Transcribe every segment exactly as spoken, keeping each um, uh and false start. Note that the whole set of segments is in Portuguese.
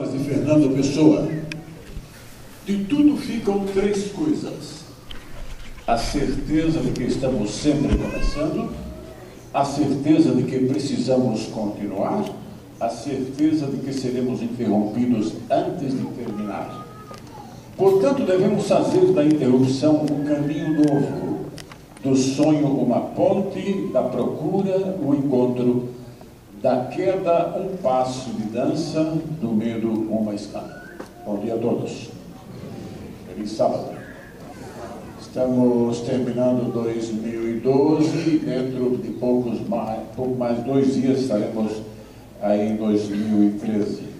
palavras de Fernando Pessoa. De tudo ficam três coisas: a certeza de que estamos sempre começando, a certeza de que precisamos continuar, a certeza de que seremos interrompidos antes de terminar. Portanto, devemos fazer da interrupção um caminho novo, do sonho uma ponte, da procura o encontro, da queda um passo de dança, do medo uma escada. Bom dia a todos. Feliz sábado. Estamos terminando dois mil e doze e dentro de poucos mais, pouco mais de dois dias estaremos aí em dois mil e treze.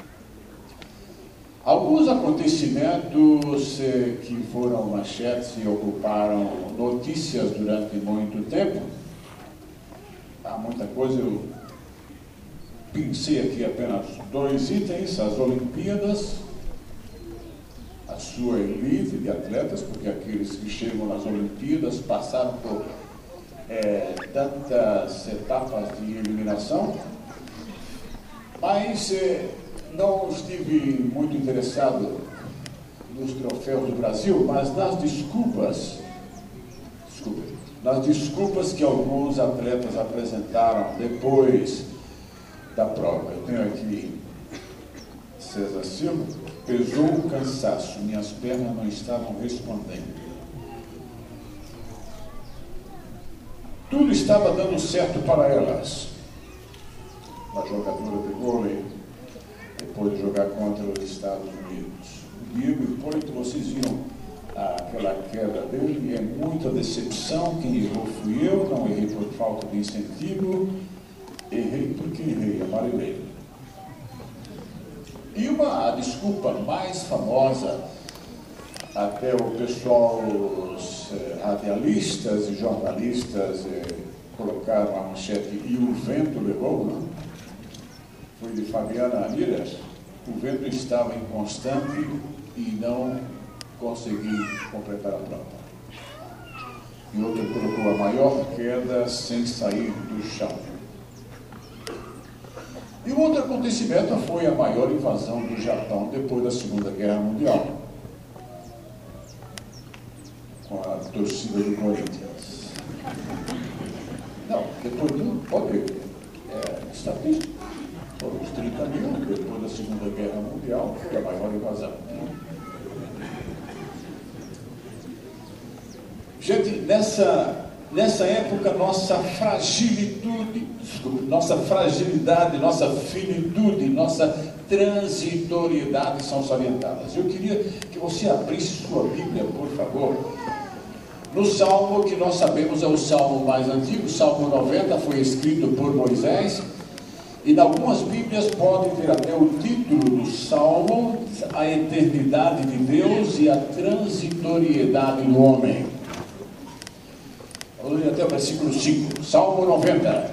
Alguns acontecimentos eh, que foram manchetes e ocuparam notícias durante muito tempo. Há muita coisa, eu pensei aqui apenas dois itens: as Olimpíadas, a sua elite de atletas, porque aqueles que chegam nas Olimpíadas passaram por é, tantas etapas de eliminação, mas é, não estive muito interessado nos troféus do Brasil, mas nas desculpas, desculpe, nas desculpas que alguns atletas apresentaram depois da prova. Eu tenho aqui César Silva: pesou o cansaço, minhas pernas não estavam respondendo. Tudo estava dando certo para elas. Uma jogadora de vôlei, depois de jogar contra os Estados Unidos. O Diego Hipólito, vocês viram aquela queda dele, é muita decepção. Quem errou fui eu, não errei por falta de incentivo, errei porque errei, amarelei. E uma a desculpa mais famosa, até o pessoal, os eh, radialistas e jornalistas eh, colocaram a manchete "e o vento levou", não? Foi de Fabiana Miller: o vento estava inconstante e não consegui completar a prova. E outro colocou a maior queda sem sair do chão. E o outro acontecimento foi a maior invasão do Japão depois da Segunda Guerra Mundial, com a torcida do Corinthians. Não, depois do... Pode ver, é estatística. Foram os trinta mil, depois da Segunda Guerra Mundial, foi a maior invasão. Gente, nessa, nessa época, nossa fragilidade, desculpa, nossa fragilidade, nossa finitude, nossa transitoriedade são salientadas. Eu queria que você abrisse sua Bíblia, por favor, no Salmo que nós sabemos é o Salmo mais antigo, Salmo noventa, foi escrito por Moisés. E em algumas Bíblias pode ter até o título do Salmo: a eternidade de Deus e a transitoriedade do homem. Vamos ler até o versículo cinco, Salmo noventa.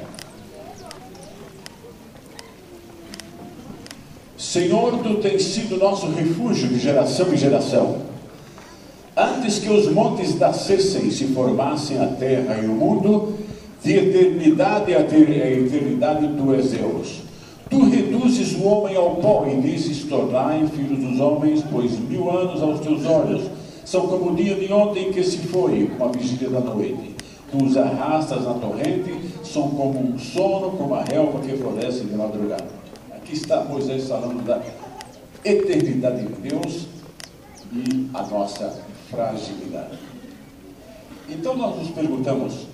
Senhor, Tu tens sido nosso refúgio de geração em geração. Antes que os montes nascessem e se formassem a terra e o mundo, de eternidade a eternidade Tu és Deus. Tu reduzes o homem ao pó e dizes: tornai filhos dos homens, pois mil anos aos teus olhos são como o dia de ontem que se foi, como a vigília da noite. Tu os arrastas na torrente, são como um sono, como a relva que floresce de madrugada. Aqui está Moisés falando da eternidade de Deus e a nossa fragilidade. Então nós nos perguntamos,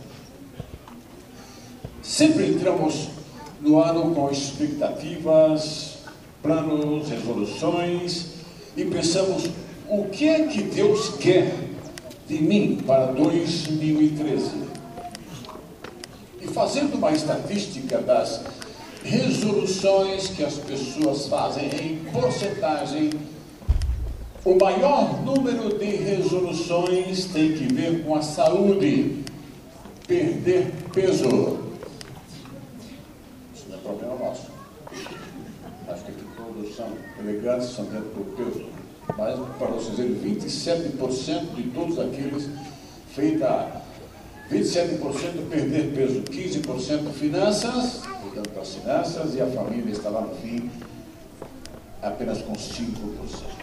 sempre entramos no ano com expectativas, planos, resoluções e pensamos: o que é que Deus quer de mim para dois mil e treze? E fazendo uma estatística das resoluções que as pessoas fazem em porcentagem, o maior número de resoluções tem que ver com a saúde, perder peso. Problema nosso. Acho que todos são elegantes, são dentro do peso. Mas, para vocês verem, vinte e sete por cento de todos aqueles feita vinte e sete por cento perder peso, quinze por cento finanças, cuidando das finanças, e a família está lá no fim apenas com cinco por cento.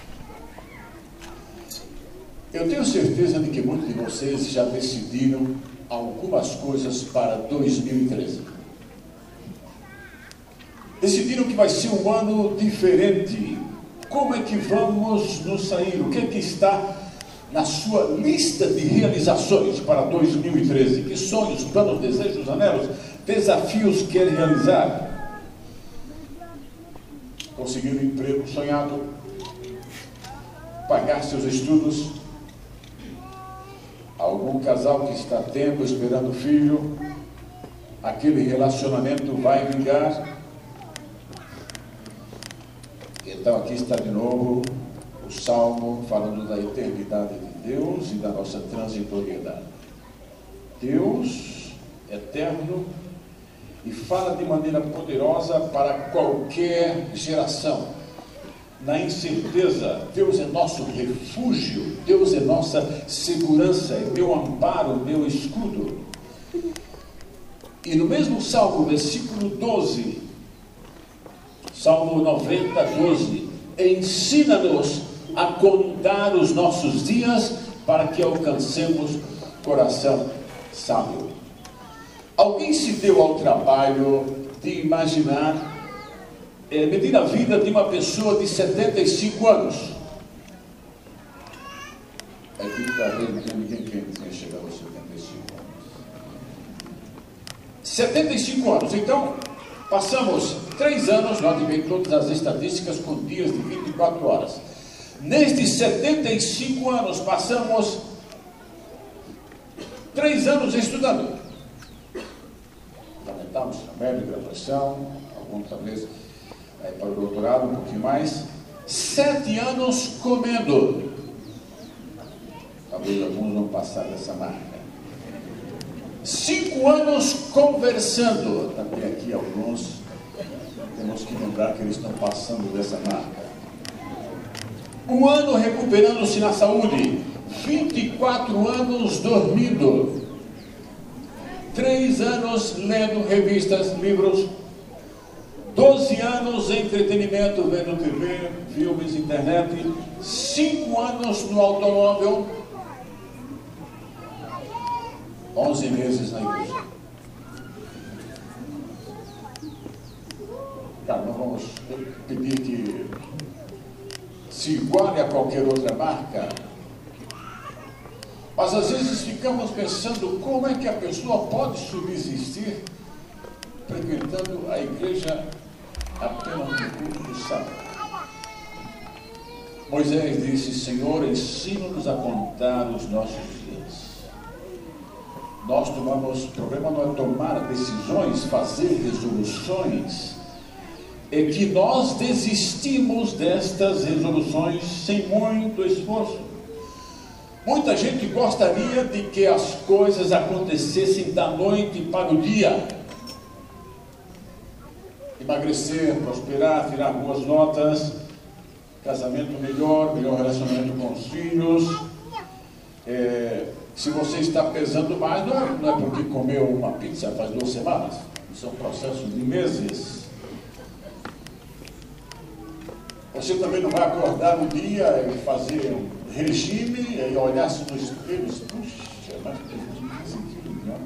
Eu tenho certeza de que muitos de vocês já decidiram algumas coisas para dois mil e treze. Decidiram que vai ser um ano diferente. Como é que vamos nos sair? O que é que está na sua lista de realizações para dois mil e treze? Que sonhos, planos, desejos, anelos, desafios quer realizar? Conseguir um emprego sonhado, pagar seus estudos, algum casal que está tendo, esperando filho, aquele relacionamento vai vingar. Então aqui está de novo o Salmo falando da eternidade de Deus e da nossa transitoriedade. Deus eterno e fala de maneira poderosa para qualquer geração. Na incerteza, Deus é nosso refúgio, Deus é nossa segurança, é meu amparo, meu escudo. E no mesmo Salmo, versículo doze, Salmo noventa, doze, ensina-nos a contar os nossos dias para que alcancemos coração sábio. Alguém se deu ao trabalho de imaginar, é, medir a vida de uma pessoa de setenta e cinco anos? Aqui está vendo, não tem ninguém que tenha chegado aos setenta e cinco anos. setenta e cinco anos, então, passamos três anos, note bem todas as estatísticas, com dias de vinte e quatro horas. Nestes setenta e cinco anos, passamos três anos estudando. Fundamentamos também, graduação, alguns talvez aí para o doutorado, um pouquinho mais. Sete anos comendo. Talvez alguns vão passar dessa marca. Cinco anos conversando. Também aqui alguns temos que lembrar que eles estão passando dessa marca. Um ano recuperando-se na saúde. vinte e quatro anos dormindo. Três anos lendo revistas, livros. doze anos em entretenimento, vendo T V, filmes, internet. Cinco anos no automóvel. onze meses na igreja. Cara, não vamos pedir que se iguale a qualquer outra marca, mas às vezes ficamos pensando como é que a pessoa pode subsistir frequentando a igreja apenas no culto do sábado. Moisés disse: Senhor, ensina-nos a contar os nossos dias. Nós tomamos, o problema não é tomar decisões, fazer resoluções, é que nós desistimos destas resoluções sem muito esforço. Muita gente gostaria de que as coisas acontecessem da noite para o dia. Emagrecer, prosperar, tirar boas notas, casamento melhor, melhor relacionamento com os filhos. É, se você está pesando mais, não é, não é porque comeu uma pizza faz duas semanas. Isso é um processo de meses. Você também não vai acordar no dia e fazer um regime e olhar-se no espelho e dizer: puxa, mas quinze quilos, né?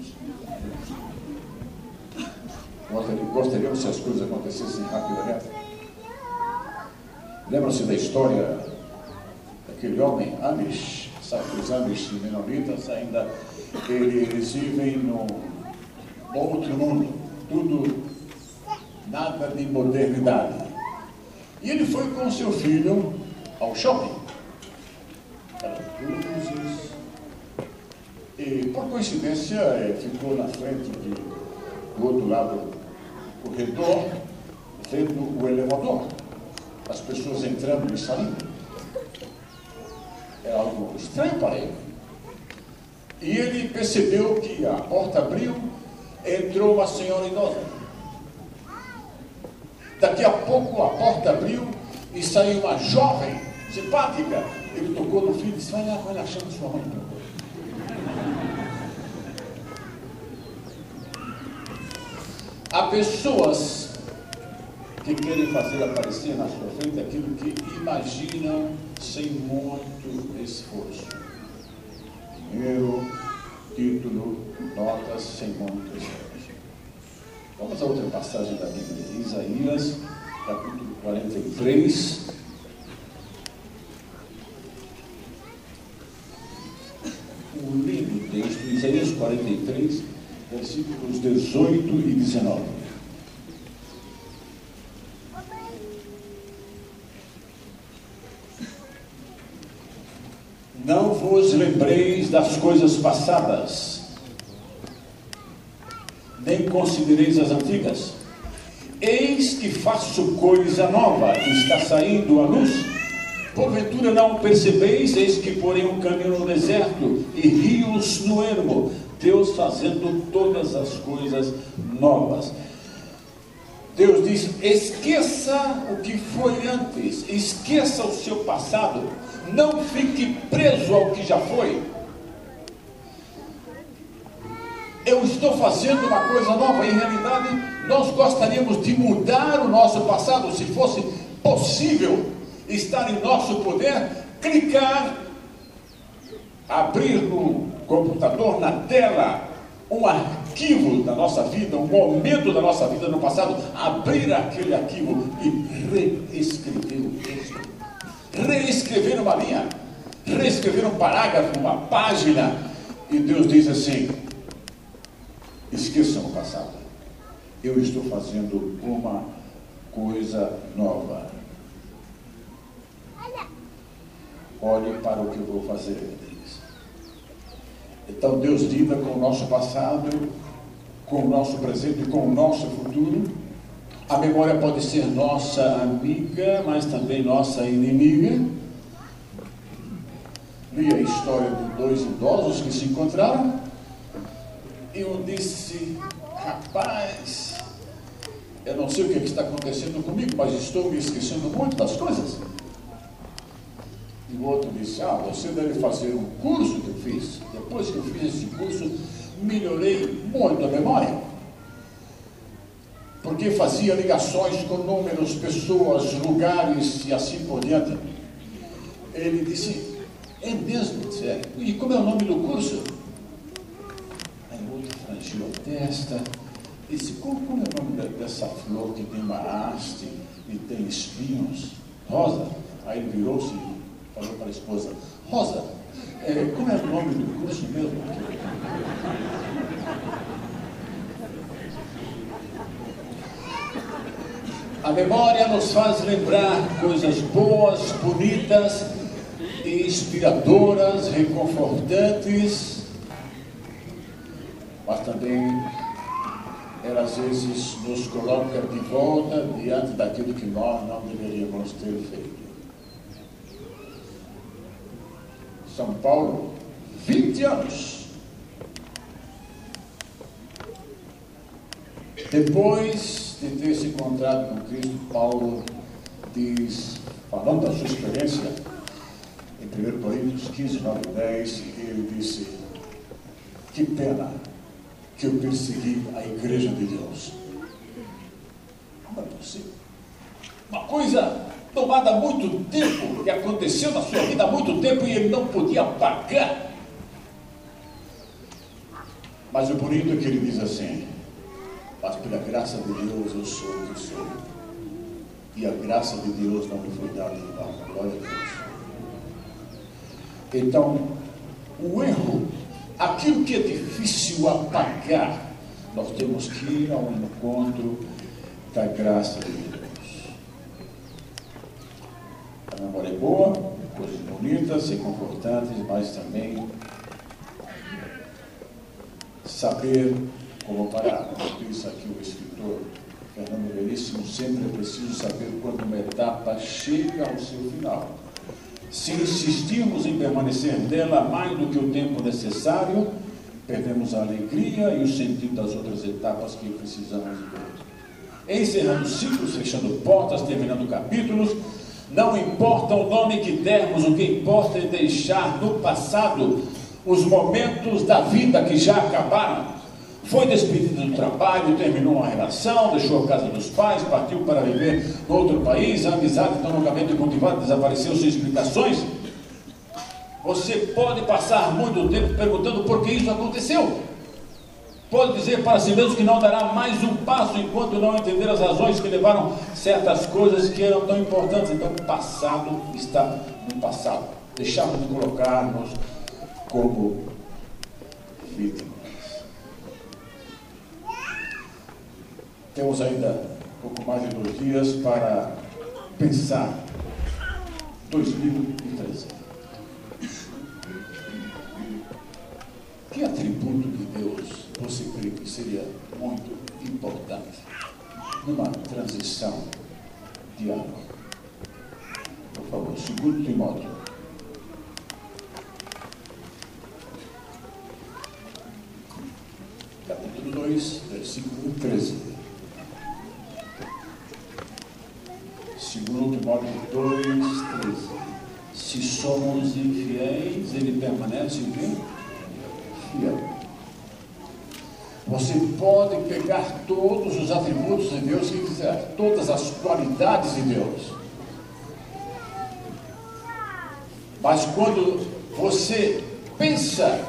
Gostaríamos se as coisas acontecessem rapidamente. Lembram-se da história daquele homem Amish? Sabe que os Amish e menonitas ainda eles vivem no outro mundo, tudo, nada de modernidade. E ele foi com seu filho ao shopping. Eram luzes. E por coincidência ficou na frente de, do outro lado do corredor, vendo o elevador, as pessoas entrando e saindo. Era algo estranho para ele. E ele percebeu que a porta abriu, entrou uma senhora idosa. Daqui a pouco a porta abriu e saiu uma jovem, simpática. Ele tocou no filho e disse: vai lá, vai lá, chama sua mãe. Há pessoas que querem fazer aparecer na sua frente aquilo que imaginam sem muito esforço. Dinheiro, título, notas, sem muito esforço. Vamos a outra passagem da Bíblia, Isaías, capítulo quarenta e três. Um lindo texto, Isaías quarenta e três, versículos dezoito e dezenove. Não vos lembreis das coisas passadas, nem considereis as antigas. Eis que faço coisa nova, que está saindo à luz. Porventura não percebeis? Eis que porém um caminho no deserto e rios no ermo. Deus fazendo todas as coisas novas. Deus diz: esqueça o que foi antes, esqueça o seu passado, não fique preso ao que já foi. Eu estou fazendo uma coisa nova. Em realidade, nós gostaríamos de mudar o nosso passado, se fosse possível, estar em nosso poder, clicar, abrir no computador, na tela, um arquivo da nossa vida, um momento da nossa vida no passado, abrir aquele arquivo e reescrever o texto, reescrever uma linha, reescrever um parágrafo, uma página. E Deus diz assim: esqueçam o passado, eu estou fazendo uma coisa nova. Olhe para o que eu vou fazer. Então Deus lida com o nosso passado, com o nosso presente e com o nosso futuro. A memória pode ser nossa amiga, mas também nossa inimiga. Li a história de dois idosos que se encontraram, e um disse: rapaz, eu não sei o que está acontecendo comigo, mas estou me esquecendo muito das coisas. E o outro disse: ah, você deve fazer um curso que eu fiz. Depois que eu fiz esse curso, melhorei muito a memória, porque fazia ligações com números, pessoas, lugares e assim por diante. Ele disse: é mesmo? É. E como é o nome do curso? Aí o outro frangiu a testa e disse: como, como é o nome dessa flor que tem uma haste e tem espinhos? Rosa. Aí ele virou-se e falou para a esposa: Rosa, é, como é o nome do curso mesmo? A memória nos faz lembrar coisas boas, bonitas, inspiradoras, reconfortantes, mas também ela às vezes nos coloca de volta diante daquilo que nós não deveríamos ter feito. São Paulo, vinte anos depois de ter se encontrado com Cristo, Paulo diz, falando da sua experiência, em primeiro Coríntios quinze, nove e dez, ele disse: que pena que eu persegui a igreja de Deus. Como é possível? Uma coisa tomada há muito tempo, que aconteceu na sua vida há muito tempo e ele não podia pagar. Mas o bonito é que ele diz assim: mas pela graça de Deus eu sou o que sou, e a graça de Deus não me foi dada em vão. Glória a Deus. Então, o erro, aquilo que é difícil apagar, nós temos que ir ao encontro da graça de Deus. A memória é boa, coisas bonitas e confortantes, mas também saber como parar. Como diz aqui o escritor Fernando Veríssimo, sempre é preciso saber quando uma etapa chega ao seu final. Se insistirmos em permanecer nela mais do que o tempo necessário, perdemos a alegria e o sentido das outras etapas que precisamos ver. Encerrando ciclos, fechando portas, terminando capítulos, não importa o nome que dermos, o que importa é deixar no passado os momentos da vida que já acabaram. foi despedido do trabalho, terminou uma relação, deixou a casa dos pais, partiu para viver em outro país, a amizade tão longamente cultivada desapareceu sem explicações. Você pode passar muito tempo perguntando por que isso aconteceu. Pode dizer para si mesmo que não dará mais um passo enquanto não entender as razões que levaram certas coisas que eram tão importantes. Então o passado está no passado. Deixamos de colocar-nos como vítimas. Temos ainda um pouco mais de dois dias para pensar dois mil e treze. Que atributo de Deus você crê que seria muito importante numa transição de ano? Por favor, segundo Timóteo. Capítulo dois, versículo treze. Segundo Timóteo dois, treze. Se somos infiéis, ele permanece em quê? Fiel. Você pode pegar todos os atributos de Deus que quiser, todas as qualidades de Deus. Mas quando você pensa,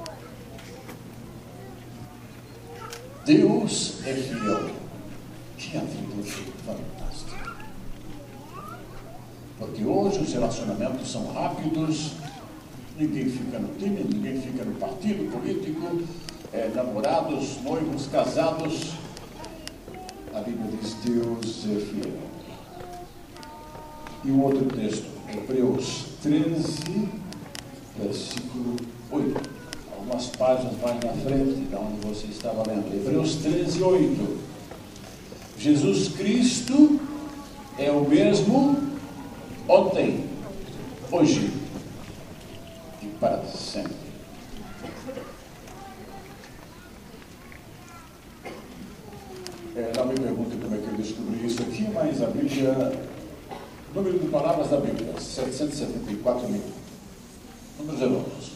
Deus é fiel, que atributo fantástico. Porque hoje os relacionamentos são rápidos, ninguém fica no time, ninguém fica no partido político, é, namorados, noivos, casados. A Bíblia diz: Deus é fiel. E o outro texto, Hebreus treze, versículo oito. Algumas páginas mais na frente, de onde você estava lendo. Hebreus treze, oito. Jesus Cristo é o mesmo ontem, hoje e para sempre. É, não me pergunte como é que eu descobri isso aqui, mas a Bíblia, o número de palavras da Bíblia, setecentos e setenta e quatro mil. Números redondos.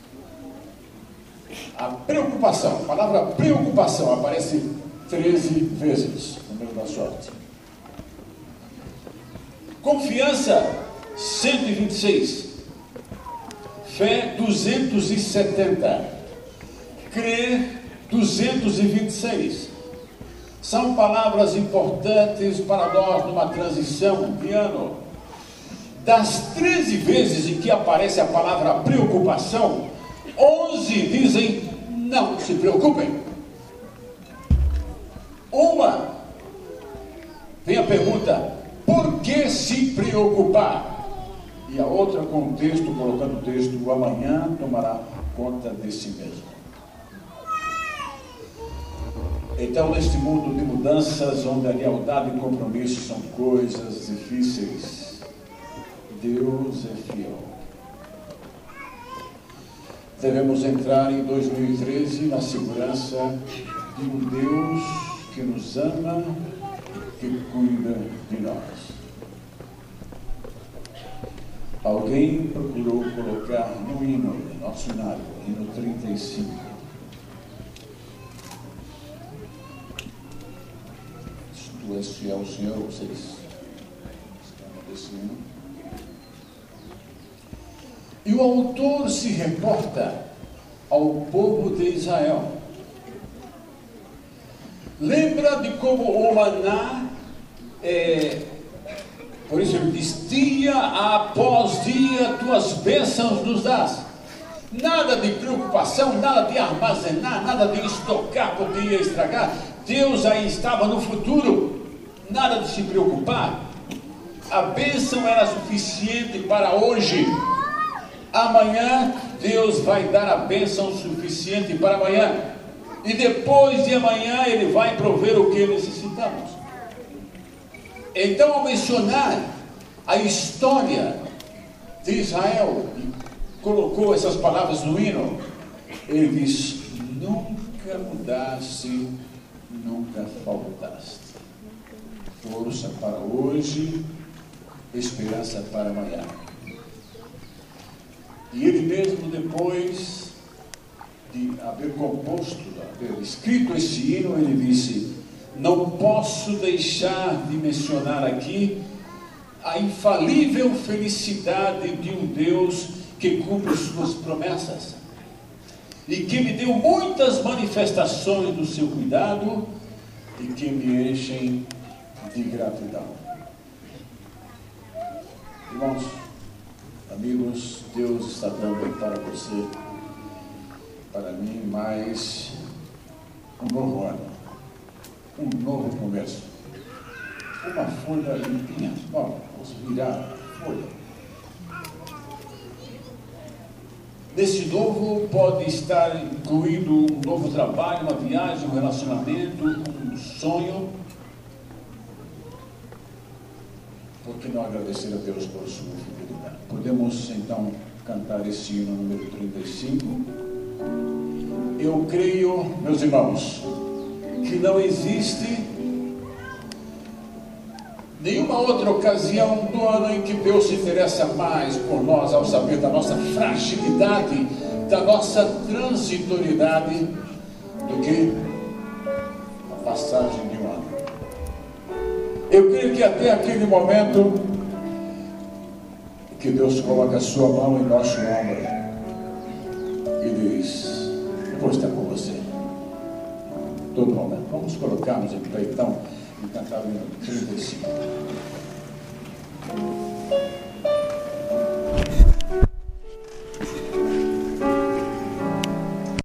A preocupação, a palavra preocupação aparece treze vezes, número da sorte. Confiança, cento e vinte e seis. Fé, duzentos e setenta. Crer, duzentos e vinte e seis. São palavras importantes para nós numa transição de ano. Das treze vezes em que aparece a palavra preocupação, onze dizem: não se preocupem. Uma, vem a pergunta: por que se preocupar? E a outra com o texto, colocando o texto: o amanhã tomará conta de si mesmo. Então, neste mundo de mudanças, onde a lealdade e compromisso são coisas difíceis, Deus é fiel. Devemos entrar em dois mil e treze na segurança de um Deus que nos ama, que cuida de nós. Alguém procurou colocar no hino, no nosso cenário, hino trinta e cinco. Tu és fiel, Senhor, vocês estão desse hino. E o autor se reporta ao povo de Israel. Lembra de como o maná, é, por isso ele diz: dia após dia tuas bênçãos nos dás. Nada de preocupação, nada de armazenar, nada de estocar porque ia estragar. Deus aí estava no futuro, nada de se preocupar. A bênção era suficiente para hoje. Amanhã Deus vai dar a bênção suficiente para amanhã. E depois de amanhã Ele vai prover o que necessitamos. Então, ao mencionar a história de Israel, e colocou essas palavras no hino, ele diz: nunca mudaste, nunca faltaste. Força para hoje, esperança para amanhã. E ele mesmo depois de haver composto, de haver escrito esse hino, ele disse: não posso deixar de mencionar aqui a infalível felicidade de um Deus que cumpre suas promessas e que me deu muitas manifestações do seu cuidado e que me enchem de gratidão. Irmãos, amigos, Deus está dando para você, para mim, mais um novo ano, um novo começo, uma folha limpinha. Bom, vamos virar a folha. Nesse novo pode estar incluído um novo trabalho, uma viagem, um relacionamento, um sonho. Por que não agradecer a Deus por sua fidelidade? Podemos então cantar esse hino número trinta e cinco. Eu creio, meus irmãos, que não existe nenhuma outra ocasião do ano em que Deus se interessa mais por nós, ao saber da nossa fragilidade, da nossa transitoriedade, do que a passagem de um ano. Eu creio que até aquele momento que Deus coloca a sua mão em nosso ombro e diz: eu vou estar com você todo momento. Vamos colocar-nos em pé então e cantar o hino trinta e cinco.